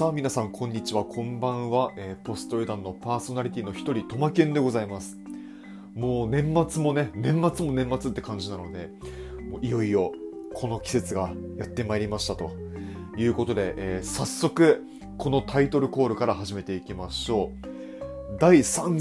さあ皆さんこんにちは、こんばんは、ポスト油断のパーソナリティの一人トマケンでございます。もう年末も年末って感じなので、もういよいよこの季節がやってまいりましたということで、早速このタイトルコールから始めていきましょう。第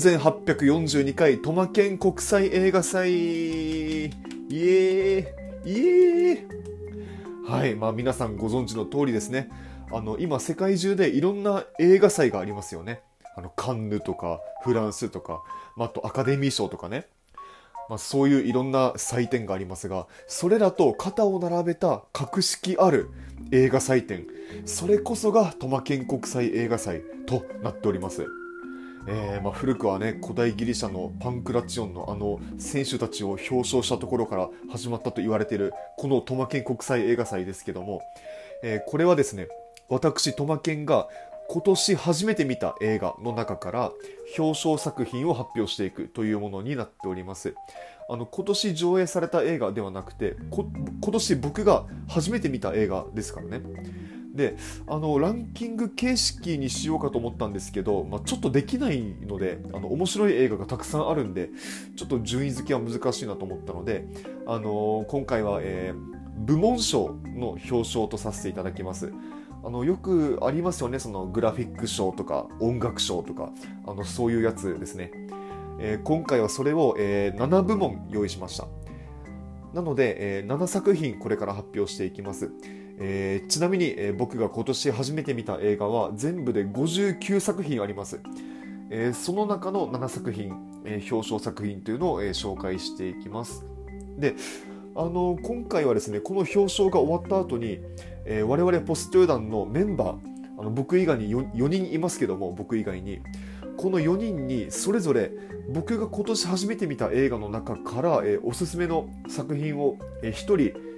3842回トマケン国際映画祭、イエーイイエーイ。はい、皆さんご存知の通りですね。今世界中でいろんな映画祭がありますよね。カンヌとかフランスとか、あとアカデミー賞とかね、そういういろんな祭典がありますが、それらと肩を並べた格式ある映画祭典、それこそがトマケン国際映画祭となっております。古くはね、古代ギリシャのパンクラチオンの選手たちを表彰したところから始まったと言われているこのトマケン国際映画祭ですけども、これはですね、私トマケンが今年初めて見た映画の中から表彰作品を発表していくというものになっております。今年上映された映画ではなくて、今年僕が初めて見た映画ですからね。で、ランキング形式にしようかと思ったんですけど、ちょっとできないので、面白い映画がたくさんあるんで、ちょっと順位付けは難しいなと思ったので、今回は、部門賞の表彰とさせていただきます。よくありますよね、そのグラフィック賞とか音楽賞とか、そういうやつですね。今回はそれを、7部門用意しました。なので、7作品これから発表していきます。ちなみに、僕が今年初めて見た映画は全部で59作品あります。その中の7作品、表彰作品というのを、紹介していきます。で、今回はですね、この表彰が終わった後に、我々ポスト油断のメンバー、僕以外に 4人いますけども、僕以外にこの4人にそれぞれ僕が今年初めて見た映画の中から、おすすめの作品を、1人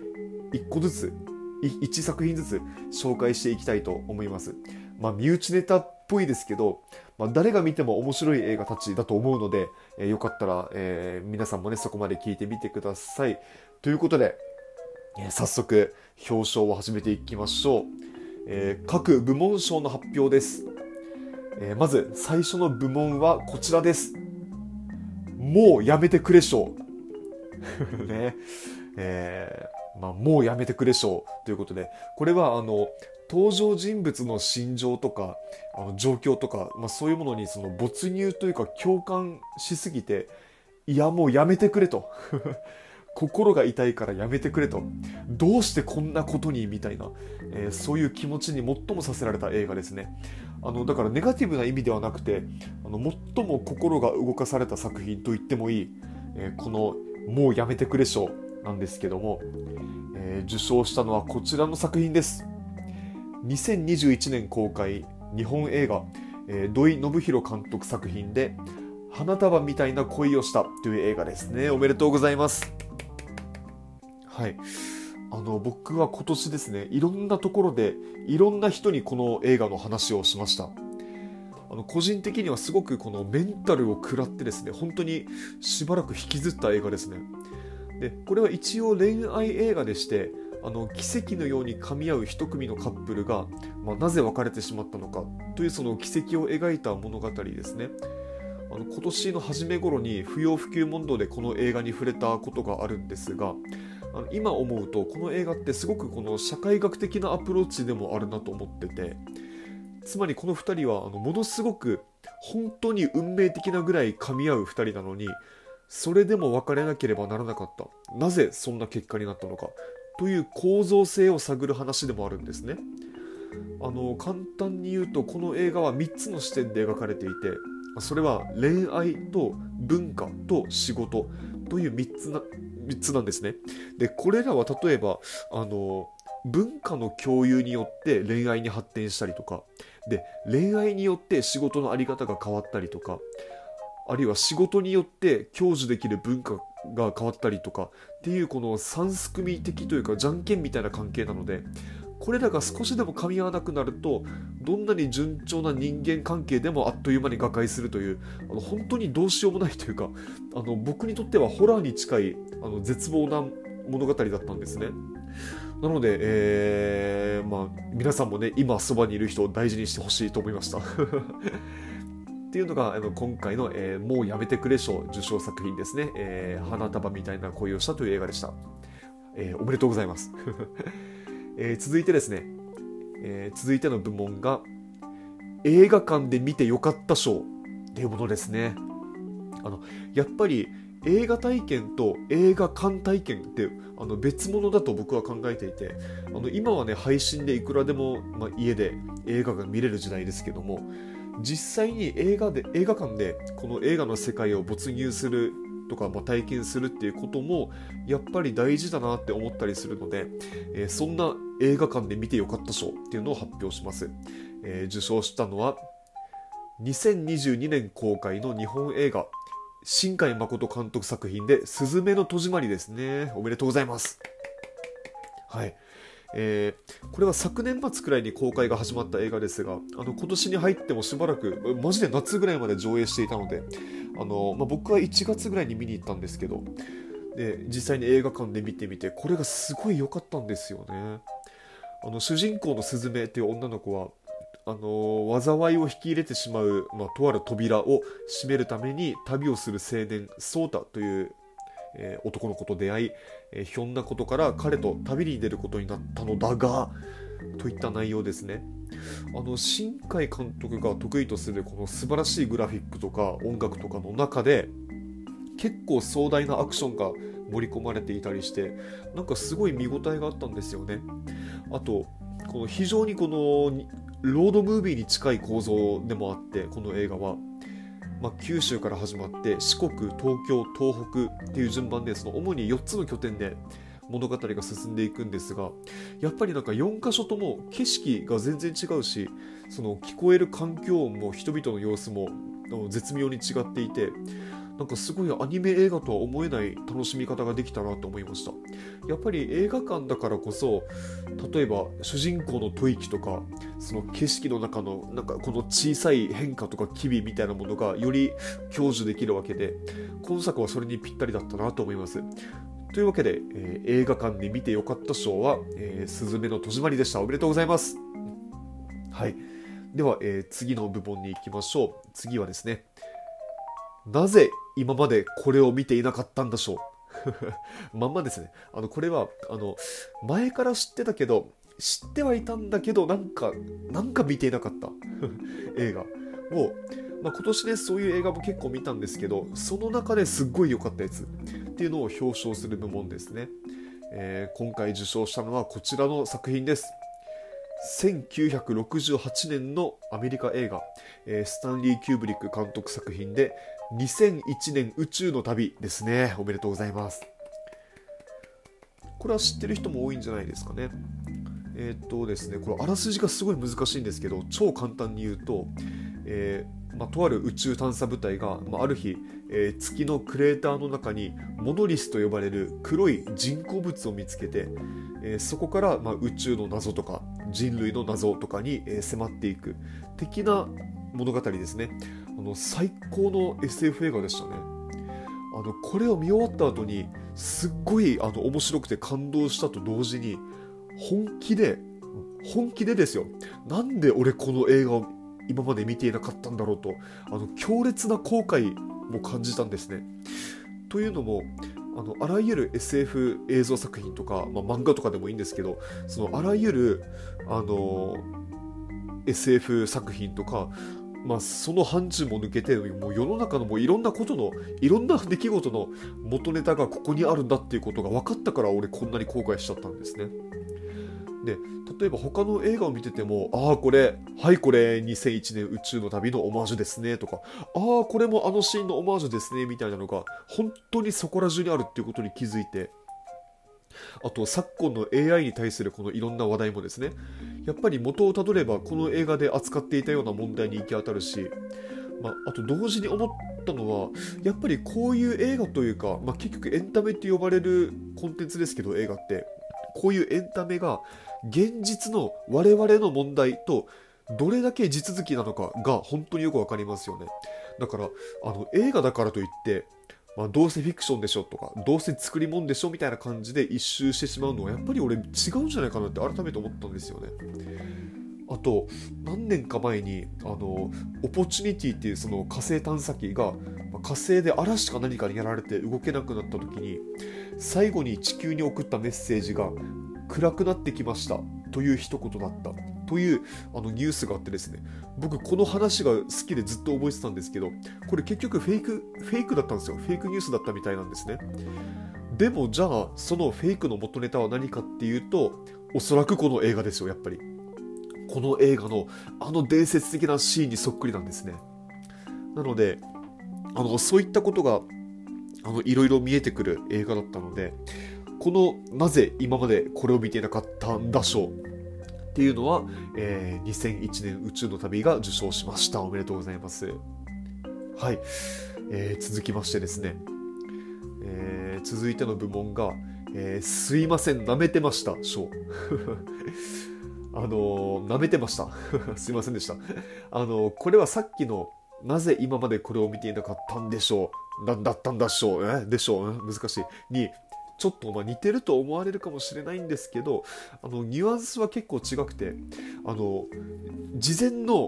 1個ずつ1作品ずつ紹介していきたいと思います。身内ネタっぽいですけど、誰が見ても面白い映画たちだと思うので、よかったら、皆さんもねそこまで聞いてみてください。ということで、早速表彰を始めていきましょう。各部門賞の発表です。まず最初の部門はこちらです。もうやめてくれ賞ね、もうやめてくれ賞ということで、これは登場人物の心情とか状況とか、そういうものにその没入というか共感しすぎて、いやもうやめてくれと心が痛いからやめてくれと、どうしてこんなことにみたいな、そういう気持ちに最もさせられた映画ですね。だからネガティブな意味ではなくて、最も心が動かされた作品と言ってもいい、このもうやめてくれ賞なんですけども、受賞したのはこちらの作品です。2021年公開日本映画、土井信弘監督作品で花束みたいな恋をしたという映画ですね。おめでとうございます。はい、僕は今年ですね、いろんなところでいろんな人にこの映画の話をしました。個人的にはすごくこのメンタルを食らってですね、本当にしばらく引きずった映画ですね。で、これは一応恋愛映画でして、奇跡のように噛み合う一組のカップルが、なぜ別れてしまったのかというその奇跡を描いた物語ですね。今年の初め頃に不要不急問答でこの映画に触れたことがあるんですが、今思うとこの映画ってすごくこの社会学的なアプローチでもあるなと思ってて、つまりこの2人はものすごく本当に運命的なぐらい噛み合う2人なのに、それでも別れなければならなかった、なぜそんな結果になったのかという構造性を探る話でもあるんですね。簡単に言うとこの映画は3つの視点で描かれていて、それは恋愛と文化と仕事という3つなんですね。で、これらは例えば文化の共有によって恋愛に発展したりとかで、恋愛によって仕事のあり方が変わったりとか、あるいは仕事によって享受できる文化が変わったりとかっていう、この三すくみ的というかじゃんけんみたいな関係なので、これらが少しでも噛み合わなくなると、どんなに順調な人間関係でもあっという間に瓦解するという、本当にどうしようもないというか、僕にとってはホラーに近い絶望な物語だったんですね。 なので、皆さんもね、今そばにいる人を大事にしてほしいと思いましたっていうのが今回の、もうやめてくれ賞受賞作品ですね、花束みたいな恋をしたという映画でした。おめでとうございます、続いてですね、続いての部門が映画館で見てよかった賞っていうものですね。やっぱり映画体験と映画館体験って別物だと僕は考えていて、今はね配信でいくらでも、家で映画が見れる時代ですけども、実際に映画館でこの映画の世界を没入するとか、体験するっていうこともやっぱり大事だなって思ったりするので、そんな映画館で見てよかった賞っていうのを発表します。受賞したのは2022年公開の日本映画、新海誠監督作品で、すずめの戸締まりですね。おめでとうございます。はい。これは昨年末くらいに公開が始まった映画ですが、今年に入ってもしばらく、マジで夏ぐらいまで上映していたので、僕は1月ぐらいに見に行ったんですけど、で実際に映画館で見てみて、これがすごい良かったんですよね。主人公のすずめっていう女の子は、災いを引き入れてしまう、とある扉を閉めるために旅をする青年ソータという、男の子と出会い、ひょんなことから彼と旅に出ることになったのだが、といった内容ですね。新海監督が得意とするこの素晴らしいグラフィックとか音楽とかの中で、結構壮大なアクションが盛り込まれていたりして、なんかすごい見応えがあったんですよね。あとこの非常にこのロードムービーに近い構造でもあって、この映画は、九州から始まって四国、東京、東北っていう順番で、その主に4つの拠点で物語が進んでいくんですが、やっぱりなんか4カ所とも景色が全然違うし、その聞こえる環境音も人々の様子も絶妙に違っていて、なんかすごいアニメ映画とは思えない楽しみ方ができたなと思いました。やっぱり映画館だからこそ、例えば主人公の吐息とか、その景色の中のなんかこの小さい変化とか機微みたいなものがより享受できるわけで、今作はそれにぴったりだったなと思います。というわけで、映画館で見てよかった賞は、すずめの戸締まりでした。おめでとうございます。はい。では、次の部門に行きましょう。次はですね、なぜ今までこれを見ていなかったんでしょうまんまですね。これは前から知ってたけど、知ってはいたんだけど、なんか見ていなかった映画を、今年ね、そういう映画も結構見たんですけど、その中ですっごい良かったやつっていうのを表彰する部門ですね。今回受賞したのはこちらの作品です。1968年のアメリカ映画、スタンリー・キューブリック監督作品で、2001年宇宙の旅ですね。おめでとうございます。これは知ってる人も多いんじゃないですかね。ですね、これあらすじがすごい難しいんですけど、超簡単に言うと、とある宇宙探査部隊が、ある日、月のクレーターの中にモノリスと呼ばれる黒い人工物を見つけて、そこから、宇宙の謎とか人類の謎とかに、迫っていく的な物語ですね。最高の SF 映画でしたね。これを見終わった後にすっごい面白くて感動したと同時に、本気でですよ、なんで俺この映画を今まで見ていなかったんだろうと、強烈な後悔も感じたんですね。というのも、あらゆる SF 映像作品とか、漫画とかでもいいんですけど、そのあらゆるSF 作品とか、その範疇も抜けて、もう世の中のもういろんなことの、いろんな出来事の元ネタがここにあるんだっていうことが分かったから、俺こんなに後悔しちゃったんですね。で、例えば他の映画を見てても、これ2001年宇宙の旅のオマージュですねとか、これもシーンのオマージュですねみたいなのが本当にそこら中にあるっていうことに気づいて、あと昨今の AI に対するこのいろんな話題もですね、やっぱり元をたどればこの映画で扱っていたような問題に行き当たるし、あと同時に思ったのは、やっぱりこういう映画というか、結局エンタメって呼ばれるコンテンツですけど、映画ってこういうエンタメが現実の我々の問題とどれだけ地続きなのかが本当によくわかりますよね。だから映画だからといってまあ、どうせフィクションでしょとか、どうせ作り物でしょみたいな感じで一周してしまうのはやっぱり俺違うんじゃないかなって改めて思ったんですよね。あと何年か前にオポチュニティっていうその火星探査機が火星で嵐か何かにやられて動けなくなった時に最後に地球に送ったメッセージが暗くなってきましたという一言だったというニュースがあってですね、僕この話が好きでずっと覚えてたんですけど、これ結局フェイクだったんですよ。フェイクニュースだったみたいなんですね。でもじゃあそのフェイクの元ネタは何かっていうと、おそらくこの映画ですよ。やっぱりこの映画の伝説的なシーンにそっくりなんですね。なのでそういったことがいろいろ見えてくる映画だったので、このなぜ今までこれを見ていなかったんだ賞っていうのは、2001年宇宙の旅が受賞しました。おめでとうございます。はい、続きましてですね、続いての部門が、すいません舐めてました賞舐めてましたすいませんでした。これはさっきのなぜ今までこれを見ていなかったんでしょう、だったんだしょう、でしょう、難しいにちょっと似てると思われるかもしれないんですけど、ニュアンスは結構違くて、事前の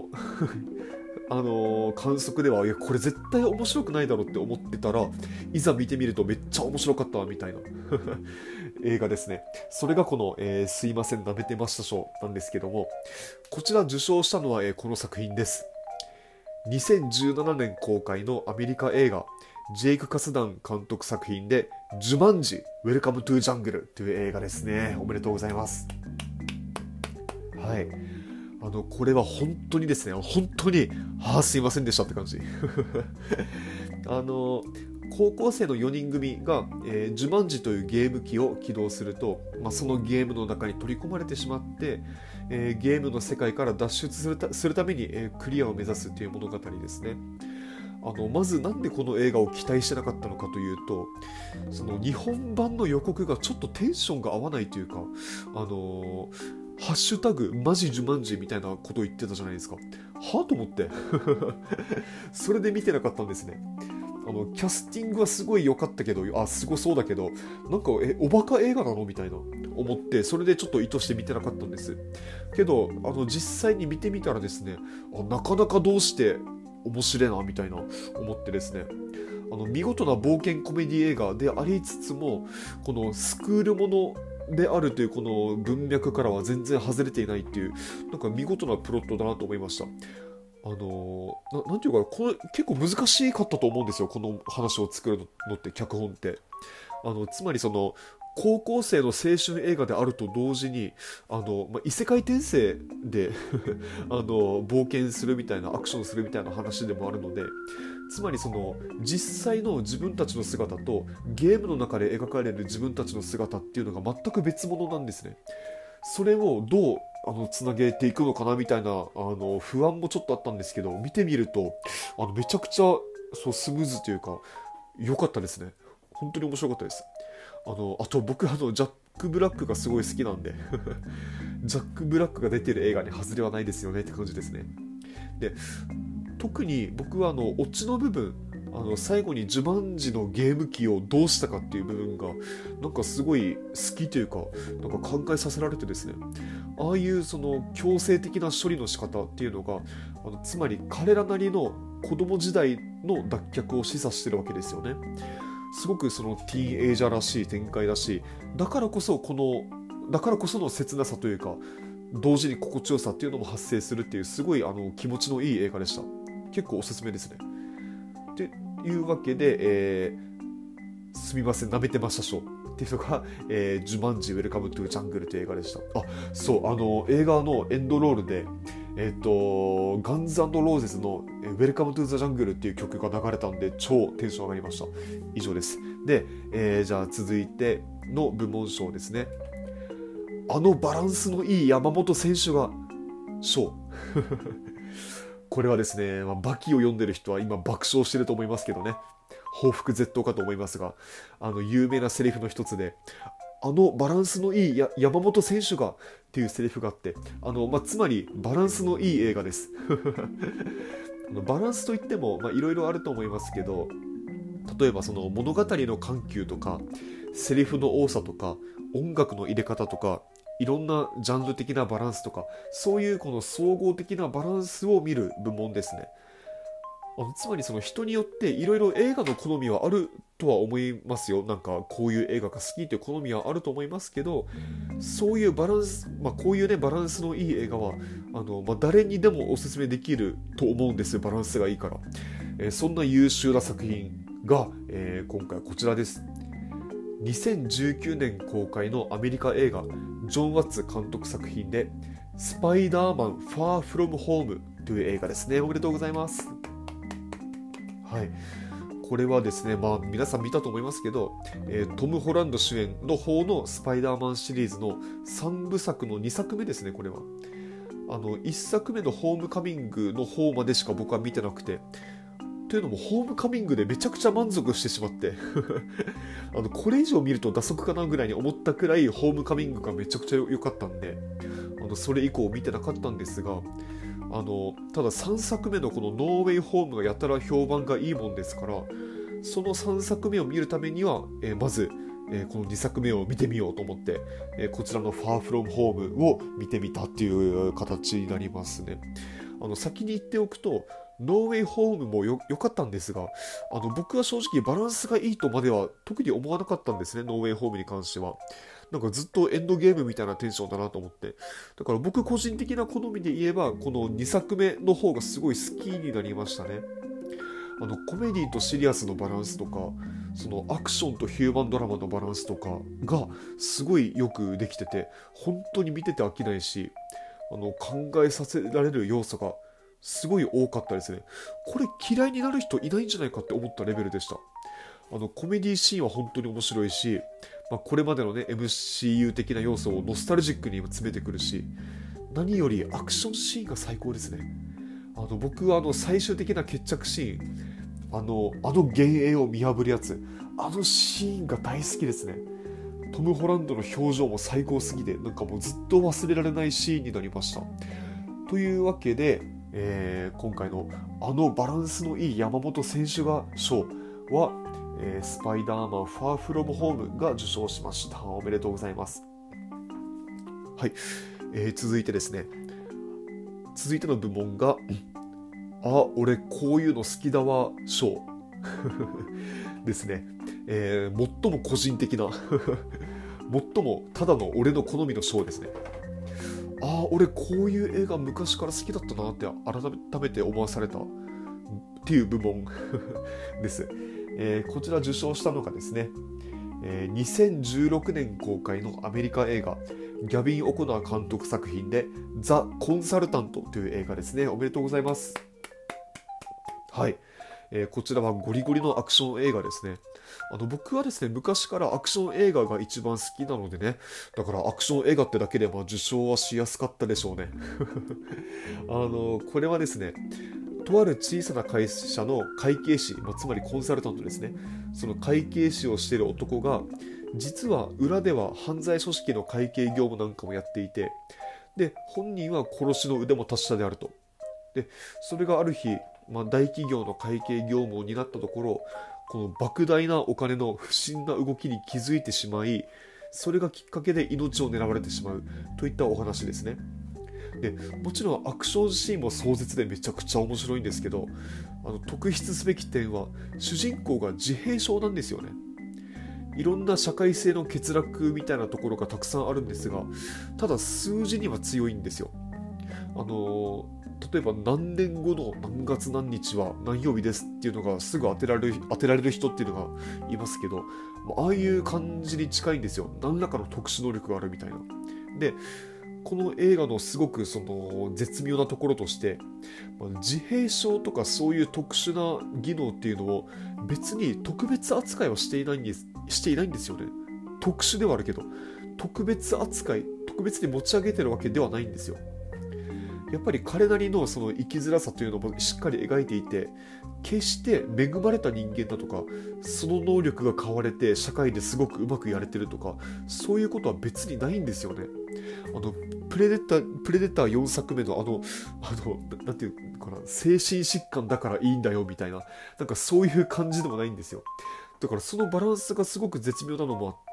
観測ではいやこれ絶対面白くないだろうって思ってたら、いざ見てみるとめっちゃ面白かったわみたいな映画ですね。それがこの、すいません舐めてました賞なんですけども、こちら受賞したのは、この作品です。2017年公開のアメリカ映画ジェイク・カスダン監督作品でジュマンジウェルカムトゥジャングルという映画ですね。おめでとうございます。はい、これは本当にですね、本当にすいませんでしたって感じ高校生の4人組が、ジュマンジというゲーム機を起動すると、そのゲームの中に取り込まれてしまって、ゲームの世界から脱出するために、クリアを目指すという物語ですね。まずなんでこの映画を期待してなかったのかというと、その日本版の予告がちょっとテンションが合わないというか、ハッシュタグマジジュマンジみたいなことを言ってたじゃないですか。はと思ってそれで見てなかったんですね。キャスティングはすごい良かったけど、すごそうだけど、なんかおバカ映画なのみたいな思って、それでちょっと意図して見てなかったんですけど、実際に見てみたらですね、なかなかどうして面白いなみたいな思ってですね、見事な冒険コメディ映画でありつつも、このスクールものであるというこの文脈からは全然外れていないっていう、なんか見事なプロットだなと思いました。なんていうか、これ結構難しかったと思うんですよ、この話を作るのって脚本って。つまりその高校生の青春映画であると同時に異世界転生で冒険するみたいな、アクションするみたいな話でもあるので、つまりその実際の自分たちの姿とゲームの中で描かれる自分たちの姿っていうのが全く別物なんですね。それをどうつなげていくのかなみたいな不安もちょっとあったんですけど、見てみるとめちゃくちゃスムーズというか良かったですね。本当に面白かったです。あと僕ジャック・ブラックがすごい好きなんでジャック・ブラックが出てる映画に外れはないですよねって感じですね。で、特に僕はオチの部分、最後にジュマンジのゲーム機をどうしたかっていう部分がなんかすごい好きというか、なんか考えさせられてですね、ああいうその強制的な処理の仕方っていうのがつまり彼らなりの子供時代の脱却を示唆してるわけですよね。すごくそのティーンエイジャーらしい展開だし、だからこその切なさというか同時に心地よさっていうのも発生するっていう、すごい気持ちのいい映画でした。結構おすすめですね。っていうわけで、すみません舐めてました賞っていうのが、ジュマンジウェルカムトゥジャングルという映画でした。そう映画のエンドロールでガンズ&ローゼズのウェルカムトゥザジャングルっていう曲が流れたんで超テンション上がりました。以上です。で、じゃあ続いての部門賞ですね。バランスのいい山本選手が賞これはですね、バキを読んでる人は今爆笑してると思いますけどね、報復絶倒かと思いますが、有名なセリフの一つでバランスのいい山本選手がっていうセリフがあって、つまりバランスのいい映画ですバランスといってもいろいろあると思いますけど、 例えばその物語の緩急とかセリフの多さとか音楽の入れ方とかいろんなジャンル的なバランスとか、そういうこの総合的なバランスを見る部門ですね。つまりその人によっていろいろ映画の好みはあるとは思いますよ。なんかこういう映画が好きという好みはあると思いますけど、そういうバランス、こういうねバランスのいい映画は誰にでもおすすめできると思うんですよ。バランスがいいから、そんな優秀な作品が、今回はこちらです。2019年公開のアメリカ映画、ジョン・ワッツ監督作品でスパイダーマンファーフロムホームという映画ですね。おめでとうございます。はい、これはですね、皆さん見たと思いますけど、トム・ホランド主演の方のスパイダーマンシリーズの3部作の2作目ですね。これは1作目のホームカミングの方までしか僕は見てなくて、というのもホームカミングでめちゃくちゃ満足してしまってこれ以上見ると打足かなぐらいに思ったくらいホームカミングがめちゃくちゃ良かったんで、それ以降見てなかったんですが、ただ3作目のこのノーウェイホームがやたら評判がいいもんですから、その3作目を見るためには、まず、この2作目を見てみようと思って、こちらのファーフロムホームを見てみたっていう形になりますね。先に言っておくとノーウェイホームも良かったんですが、僕は正直バランスがいいとまでは特に思わなかったんですね。ノーウェイホームに関してはなんかずっとエンドゲームみたいなテンションだなと思って、だから僕個人的な好みで言えばこの2作目の方がすごい好きになりましたね。コメディとシリアスのバランスとか、そのアクションとヒューマンドラマのバランスとかがすごいよくできてて、本当に見てて飽きないし、考えさせられる要素がすごい多かったですね。これ嫌いになる人いないんじゃないかって思ったレベルでした。コメディシーンは本当に面白いし、これまでのね MCU 的な要素をノスタルジックに詰めてくるし、何よりアクションシーンが最高ですね。僕は最終的な決着シーン、幻影を見破るやつ、シーンが大好きですね。トム・ホランドの表情も最高すぎて、なんかもうずっと忘れられないシーンになりました。というわけで、今回のバランスのいい山本選手が賞は、スパイダーマンファーフロムホームが受賞しました。おめでとうございます。はい、続いてですね、続いての部門が俺こういうの好きだわ賞ですね。最も個人的な最もただの俺の好みの賞ですね。俺こういう映画昔から好きだったなって改めて思わされたっていう部門です。こちら受賞したのがですね、2016年公開のアメリカ映画ギャビン・オコナー監督作品でザ・コンサルタントという映画ですね。おめでとうございます。はい、こちらはゴリゴリのアクション映画ですね。僕はですね、昔からアクション映画が一番好きなのでね、だからアクション映画ってだけで受賞はしやすかったでしょうねこれはですね、とある小さな会社の会計士、つまりコンサルタントですね。その会計士をしている男が実は裏では犯罪組織の会計業務なんかもやっていて、で本人は殺しの腕も達者であると。でそれがある日、大企業の会計業務を担ったところ、この莫大なお金の不審な動きに気づいてしまい、それがきっかけで命を狙われてしまうといったお話ですね。でもちろんアクションシーンも壮絶でめちゃくちゃ面白いんですけど、特筆すべき点は主人公が自閉症なんですよね。いろんな社会性の欠落みたいなところがたくさんあるんですが、ただ数字には強いんですよ。例えば何年後の何月何日は何曜日ですっていうのがすぐ当てられる人っていうのがいますけど、ああいう感じに近いんですよ。何らかの特殊能力があるみたいな。でこの映画のすごくその絶妙なところとして、自閉症とかそういう特殊な技能っていうのを別に特別扱いはしていないんですよね。特殊ではあるけど特別に持ち上げてるわけではないんですよ。やっぱり彼なりのその生きづらさというのもしっかり描いていて、決して恵まれた人間だとか、その能力が買われて社会ですごくうまくやれてるとか、そういうことは別にないんですよね。 プレデター4作目のなんていうかな、精神疾患だからいいんだよみたいな、なんかそういう感じでもないんですよ。だからそのバランスがすごく絶妙なのもあって、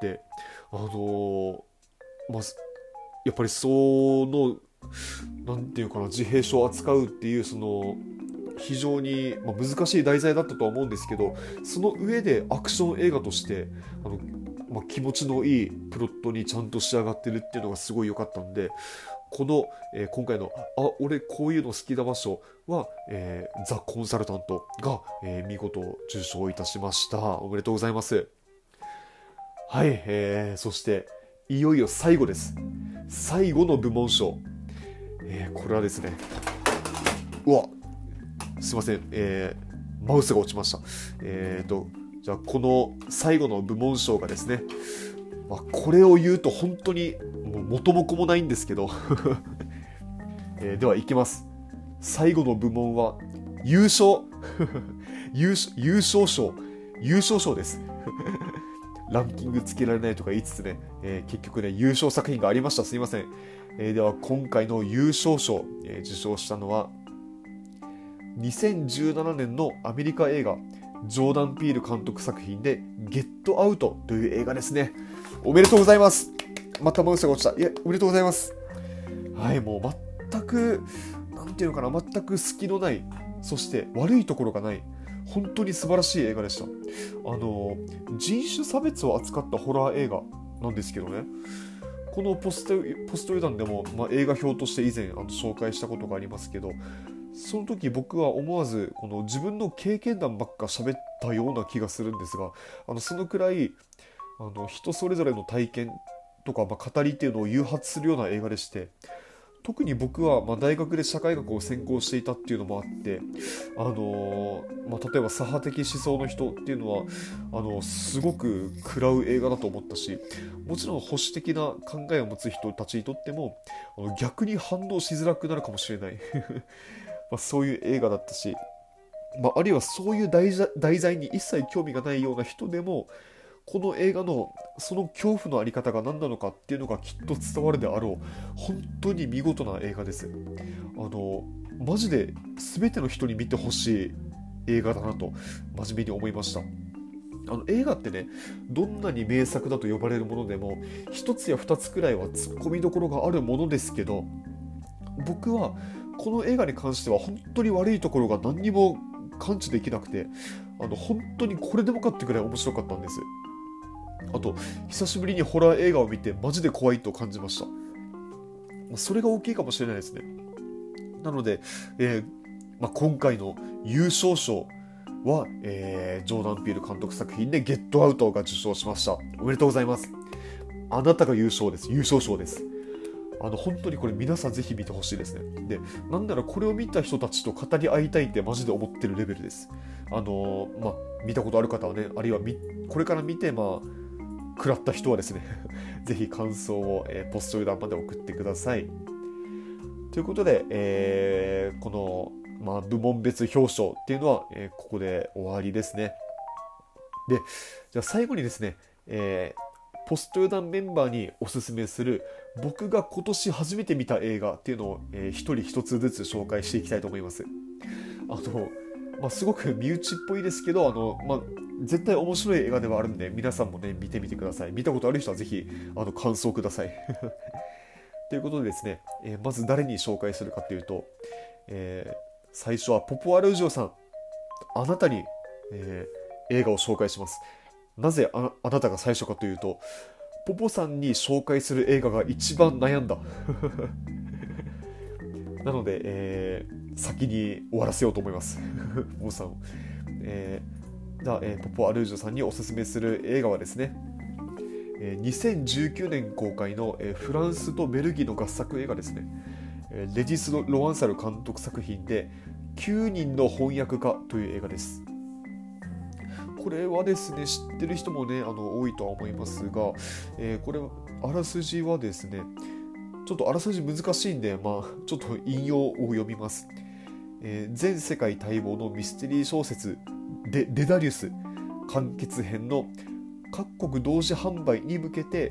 まあ、やっぱりその、なんていうかな、自閉症を扱うっていう、その、非常に、難しい題材だったとは思うんですけど、その上でアクション映画として気持ちのいいプロットにちゃんと仕上がってるっていうのがすごい良かったんで、この、今回の俺こういうの好きだ場所は、ザ・コンサルタントが、見事受賞いたしました。おめでとうございます。はい、そしていよいよ最後です。最後の部門賞、これはですね、うわ、すいません、マウスが落ちました。じゃあこの最後の部門賞がですね、これを言うと本当にもう元も子もないんですけど、ではいきます。最後の部門は優勝優勝賞ですランキングつけられないとか言いつつね、結局ね優勝作品がありました。すいません。では今回の優勝賞、受賞したのは2017年のアメリカ映画ジョーダン・ピール監督作品でゲットアウトという映画ですね。おめでとうございます。またマウスが落ちた。いや、おめでとうございます。はい、もう全くなんていうのかな、全く隙のない、そして悪いところがない、本当に素晴らしい映画でした。人種差別を扱ったホラー映画なんですけどね、このポスト油断でも、映画表として以前紹介したことがありますけど、その時僕は思わずこの自分の経験談ばっか喋ったような気がするんですが、そのくらい人それぞれの体験とか、語りっていうのを誘発するような映画でして、特に僕は大学で社会学を専攻していたっていうのもあって、例えば左派的思想の人っていうのはすごく食らう映画だと思ったし、もちろん保守的な考えを持つ人たちにとっても逆に反応しづらくなるかもしれないそういう映画だったし、あるいはそういう題材に一切興味がないような人でも、この映画のその恐怖のあり方が何なのかっていうのがきっと伝わるであろう、本当に見事な映画です。マジで全ての人に見てほしい映画だなと真面目に思いました。映画ってね、どんなに名作だと呼ばれるものでも一つや二つくらいは突っ込みどころがあるものですけど、僕はこの映画に関しては本当に悪いところが何にも感知できなくて、本当にこれでもかってくらい面白かったんです。あと久しぶりにホラー映画を見てマジで怖いと感じました。それが大きいかもしれないですね。なので、今回の優勝賞は、ジョーダン・ピール監督作品でゲットアウトが受賞しました。おめでとうございます。あなたが優勝賞です。本当にこれ皆さんぜひ見てほしいですね。で、なんならこれを見た人たちと語り合いたいってマジで思ってるレベルです。見たことある方はね、あるいはこれから見て食らった人はですねぜひ感想を、ポスト油断まで送ってください。ということで、この、部門別表彰っていうのは、ここで終わりですね。で、じゃあ最後にですね、ポスト油断メンバーにおすすめする僕が今年初めて見た映画っていうのを、一人一つずつ紹介していきたいと思います。すごく身内っぽいですけど、絶対面白い映画ではあるんで、皆さんもね見てみてください。見たことある人はぜひ感想くださいということでですね、まず誰に紹介するかというと、最初はポポアルージョさん、あなたに、映画を紹介します。なぜあなたが最初かというと、ポポさんに紹介する映画が一番悩んだなので、先に終わらせようと思いますポポさんを、じゃあ、ポポアルージョさんにおすすめする映画はですね、2019年公開の、フランスとベルギーの合作映画ですね。レジス・ロワンサル監督作品で9人の翻訳家という映画です。これはですね、知ってる人もね多いとは思いますが、これあらすじはですね、ちょっとあらすじ難しいんで、ちょっと引用を読みます。全世界待望のミステリー小説デダリウス完結編の各国同時販売に向けて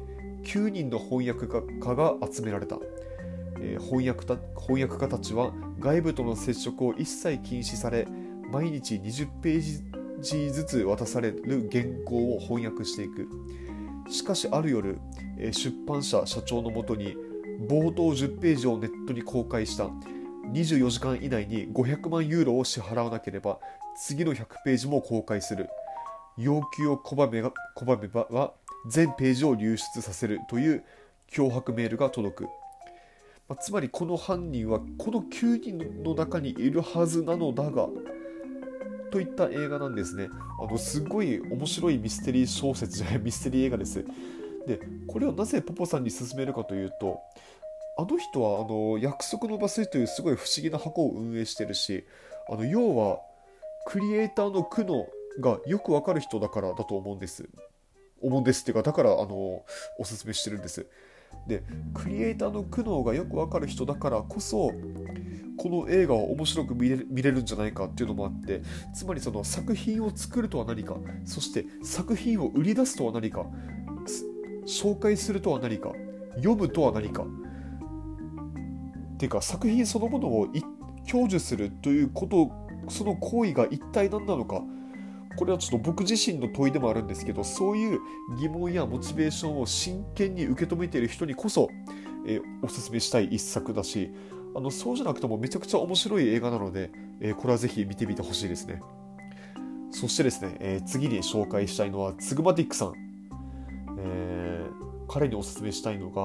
9人の翻訳家が集められた。翻訳家たちは外部との接触を一切禁止され、毎日20ページずつ渡される原稿を翻訳していく。しかしある夜、出版社社長のもとに冒頭10ページをネットに公開した。24時間以内に500万ユーロを支払わなければ次の100ページも公開する。要求を拒めばは全ページを流出させるという脅迫メールが届く。つまりこの犯人はこの9人の中にいるはずなのだがといった映画なんですね。すごい面白いミステリーミステリー映画です。でこれをなぜポポさんに勧めるかというと、あの人は約束の場所というすごい不思議な箱を運営してるし、要はクリエイターの苦悩がよくわかる人だからだと思うんですっていうか、だからおすすめしてるんです。でクリエイターの苦悩がよくわかる人だからこそこの映画を面白く見れるんじゃないかっていうのもあって、つまりその作品を作るとは何か、そして作品を売り出すとは何か、紹介するとは何か、読むとは何かっていうか、作品そのものを享受するということ、その行為が一体何なのか、これはちょっと僕自身の問いでもあるんですけど、そういう疑問やモチベーションを真剣に受け止めている人にこそ、おすすめしたい一作だし、そうじゃなくてもめちゃくちゃ面白い映画なので、これはぜひ見てみてほしいですね。そしてですね、次に紹介したいのはツグマティックさん。彼におすすめしたいのが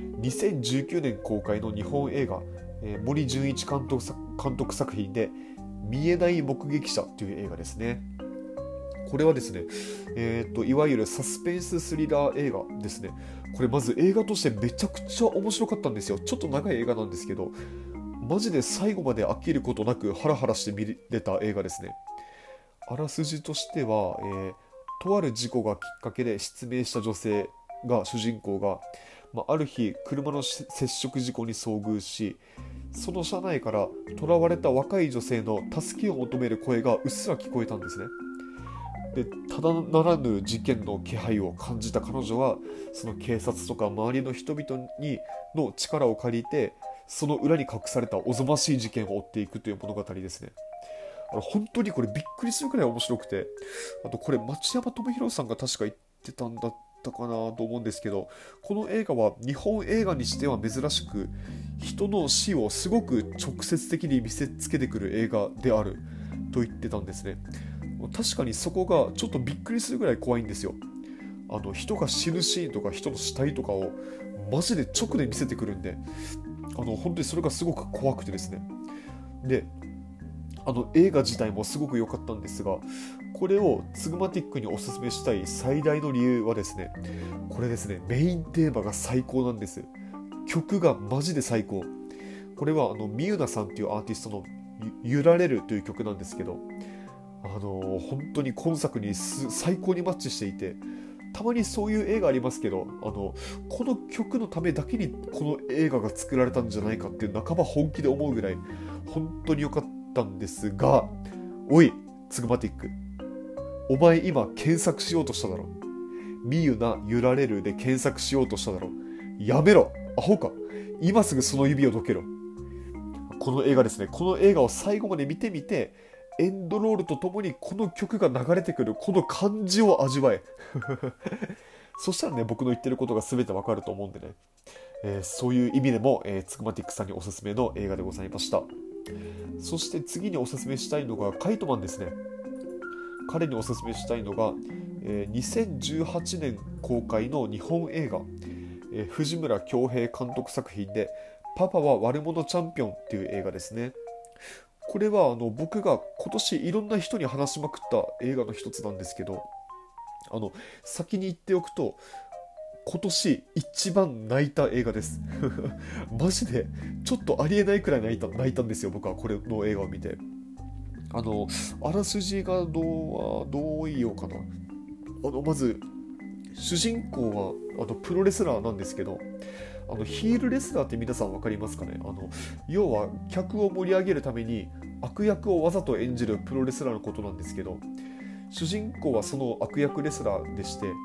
2019年公開の日本映画、森純一監督作品で見えない目撃者という映画ですね。これはですね、いわゆるサスペンススリラー映画ですね。これまず映画としてめちゃくちゃ面白かったんですよ。ちょっと長い映画なんですけど、マジで最後まで飽きることなくハラハラして見れた映画ですね。あらすじとしては、とある事故がきっかけで失明した女性が主人公が、ある日車の接触事故に遭遇し、その車内から囚われた若い女性の助けを求める声がうっすら聞こえたんですね。でただならぬ事件の気配を感じた彼女は、その警察とか周りの人々の力を借りて、その裏に隠されたおぞましい事件を追っていくという物語ですね。本当にこれびっくりするくらい面白くて、あとこれ町山智博さんが確か言ってたんだったかなと思うんですけど、この映画は日本映画にしては珍しく人の死をすごく直接的に見せつけてくる映画であると言ってたんですね。確かにそこがちょっとびっくりするぐらい怖いんですよ。人が死ぬシーンとか人の死体とかをマジで直で見せてくるんで、本当にそれがすごく怖くてですね。で映画自体もすごく良かったんですが、これをツグマティックにおすすめしたい最大の理由はですね、これですね、メインテーマが最高なんです。曲がマジで最高。これはみゆなさんっていうアーティストの揺られるという曲なんですけど、本当に今作に最高にマッチしていて、たまにそういう映画ありますけど、この曲のためだけにこの映画が作られたんじゃないかっていう半ば本気で思うぐらい本当に良かったんですが、おいツグマティック、お前今検索しようとしただろ。みゆな揺られるで検索しようとしただろ。やめろアホか。今すぐその指をどけろ。この映画ですね、この映画を最後まで見てみて、エンドロールとともにこの曲が流れてくるこの感じを味わえそしたらね、僕の言ってることが全てわかると思うんでね、そういう意味でも、ツグマティックさんにおすすめの映画でございました。そして次におすすめしたいのがカイトマンですね。彼におすすめしたいのが、2018年公開の日本映画、藤村恭平監督作品でパパは悪者チャンピオンっていう映画ですね。これは僕が今年いろんな人に話しまくった映画の一つなんですけど、先に言っておくと今年一番泣いた映画ですマジでちょっとありえないくらい泣いたんですよ、僕はこれの映画を見て。あらすじがどう言おうかな。まず主人公はプロレスラーなんですけど、ヒールレスラーって皆さん分かりますかね。要は客を盛り上げるために悪役をわざと演じるプロレスラーのことなんですけど、主人公はその悪役レスラーでして、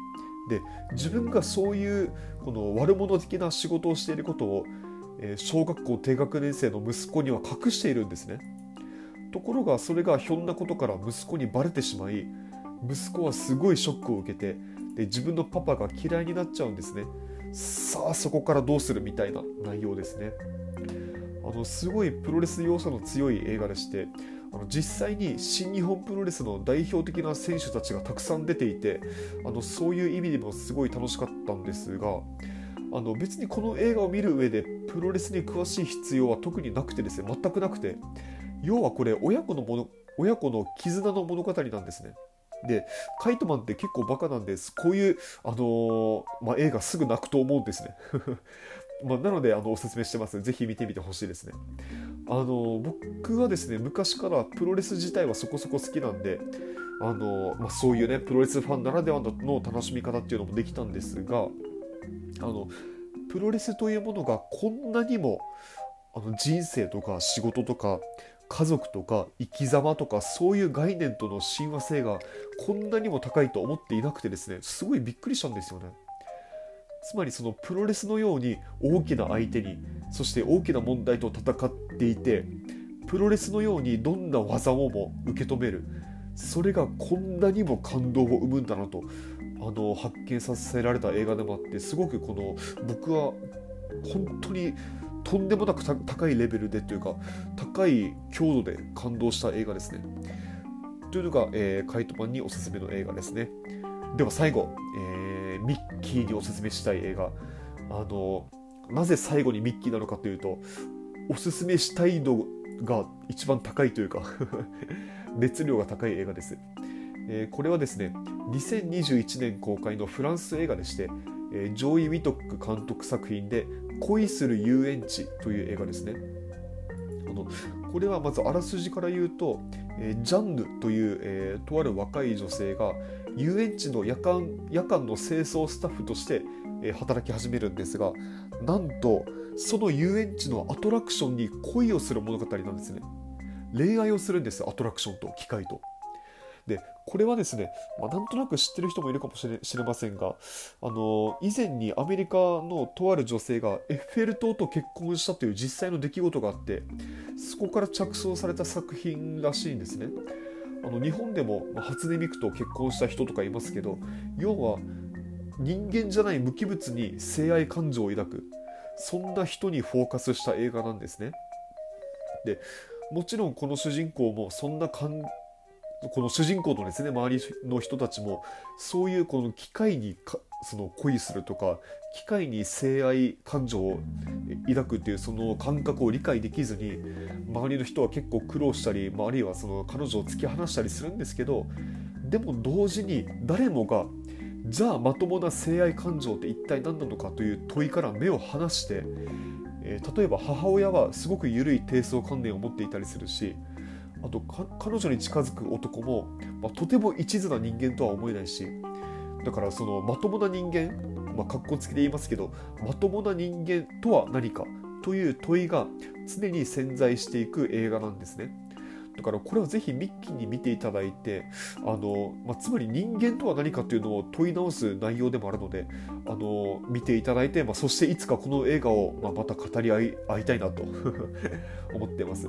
で、自分がそういうこの悪者的な仕事をしていることを、小学校低学年生の息子には隠しているんですね。ところがそれがひょんなことから息子にバレてしまい、息子はすごいショックを受けて、で自分のパパが嫌いになっちゃうんですね。さあそこからどうするみたいな内容ですね。すごいプロレス要素の強い映画でして、実際に新日本プロレスの代表的な選手たちがたくさん出ていて、そういう意味でもすごい楽しかったんですが、別にこの映画を見る上でプロレスに詳しい必要は特になくてですね、全くなくて、要はこれ親子の絆の物語なんですね。で、カイトマンって結構バカなんです。こういう、映画すぐ泣くと思うんですね。なのでおすすめしてます。ぜひ見てみてほしいですね。僕はですね、昔からプロレス自体はそこそこ好きなんで、そういうねプロレスファンならではの楽しみ方っていうのもできたんですが、プロレスというものがこんなにも人生とか仕事とか家族とか生き様とかそういう概念との親和性がこんなにも高いと思っていなくてですね、すごいびっくりしたんですよね。つまりそのプロレスのように大きな相手に、そして大きな問題と戦っていて、プロレスのようにどんな技をも受け止める、それがこんなにも感動を生むんだなと発見させられた映画でもあって、すごく僕は本当にとんでもなく高いレベルでというか高い強度で感動した映画ですね。というのが、カイトマンにおすすめの映画ですね。では最後、ミッキーにおすすめしたい映画、なぜ最後にミッキーなのかというと、おすすめしたいのが一番高いというか熱量が高い映画です。これはですね、2021年公開のフランス映画でして、ジョイ・ウィトック監督作品で恋する遊園地という映画ですね。これはまずあらすじから言うと、ジャンヌという、とある若い女性が遊園地の夜間の清掃スタッフとして、働き始めるんですが、なんとその遊園地のアトラクションに恋をする物語なんですね。恋愛をするんです、アトラクションと機械と。でこれはですね、なんとなく知ってる人もいるかもしれませんが、以前にアメリカのとある女性がエッフェル塔と結婚したという実際の出来事があって、そこから着想された作品らしいんですね。日本でも初音ミクと結婚した人とかいますけど、要は人間じゃない無機物に性愛感情を抱く、そんな人にフォーカスした映画なんですね。でもちろんこの主人公もこの主人公のですね、周りの人たちもそういうこの機械にその恋するとか機械に性愛感情を抱くっていうその感覚を理解できずに、周りの人は結構苦労したり、あるいはその彼女を突き放したりするんですけど、でも同時に誰もがじゃあまともな性愛感情って一体何なのかという問いから目を離して、例えば母親はすごく緩い低層観念を持っていたりするし、あと彼女に近づく男も、とても一途な人間とは思えないし、だからそのまともな人間、かっこつきで言いますけど、まともな人間とは何かという問いが常に潜在していく映画なんですね。だからこれはぜひミッキーに見ていただいて、つまり人間とは何かというのを問い直す内容でもあるので、見ていただいて、そしていつかこの映画を、また語り合いたいなと思っています。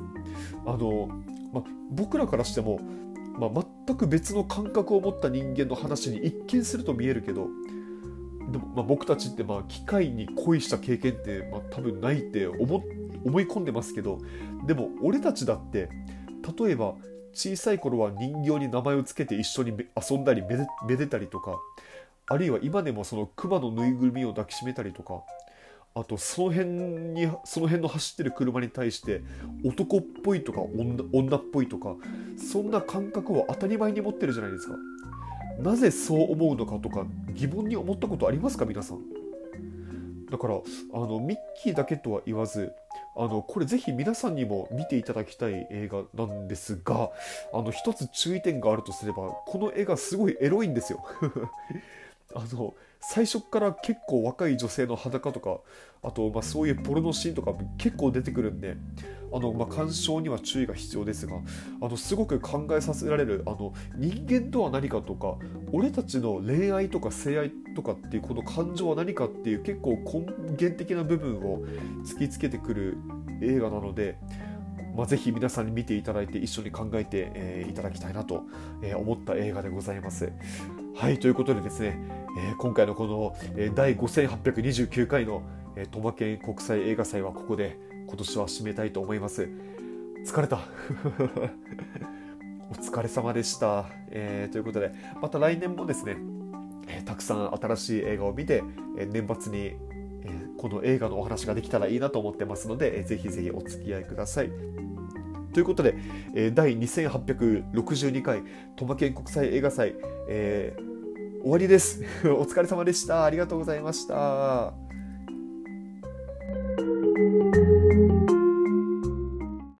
僕らからしても、全く別の感覚を持った人間の話に一見すると見えるけど、でも僕たちって機械に恋した経験って、多分ないって思い込んでますけど、でも俺たちだって例えば小さい頃は人形に名前をつけて一緒に遊んだりめでたりとか、あるいは今でもそのクマのぬいぐるみを抱きしめたりとか、あとその辺の走ってる車に対して男っぽいとか女っぽいとか、そんな感覚を当たり前に持ってるじゃないですか。なぜそう思うのかとか疑問に思ったことありますか皆さん。だからミッキーだけとは言わず、これぜひ皆さんにも見ていただきたい映画なんですが、一つ注意点があるとすれば、この映画すごいエロいんですよ最初から結構若い女性の裸とか、あとそういうポルノシーンとか結構出てくるんで、鑑賞には注意が必要ですが、すごく考えさせられる、人間とは何かとか、俺たちの恋愛とか性愛とかっていうこの感情は何かっていう結構根源的な部分を突きつけてくる映画なので、ぜひ皆さんに見ていただいて一緒に考えて、いただきたいなと、思った映画でございます。はい、ということでですね、今回のこの、第5829回の、トマケン国際映画祭はここで今年は締めたいと思います。疲れたお疲れ様でした、ということでまた来年もですね、たくさん新しい映画を見て、年末にこの映画のお話ができたらいいなと思ってますので、ぜひぜひお付き合いください。ということで、第2862回トマケン国際映画祭、終わりです。お疲れ様でした。ありがとうございました。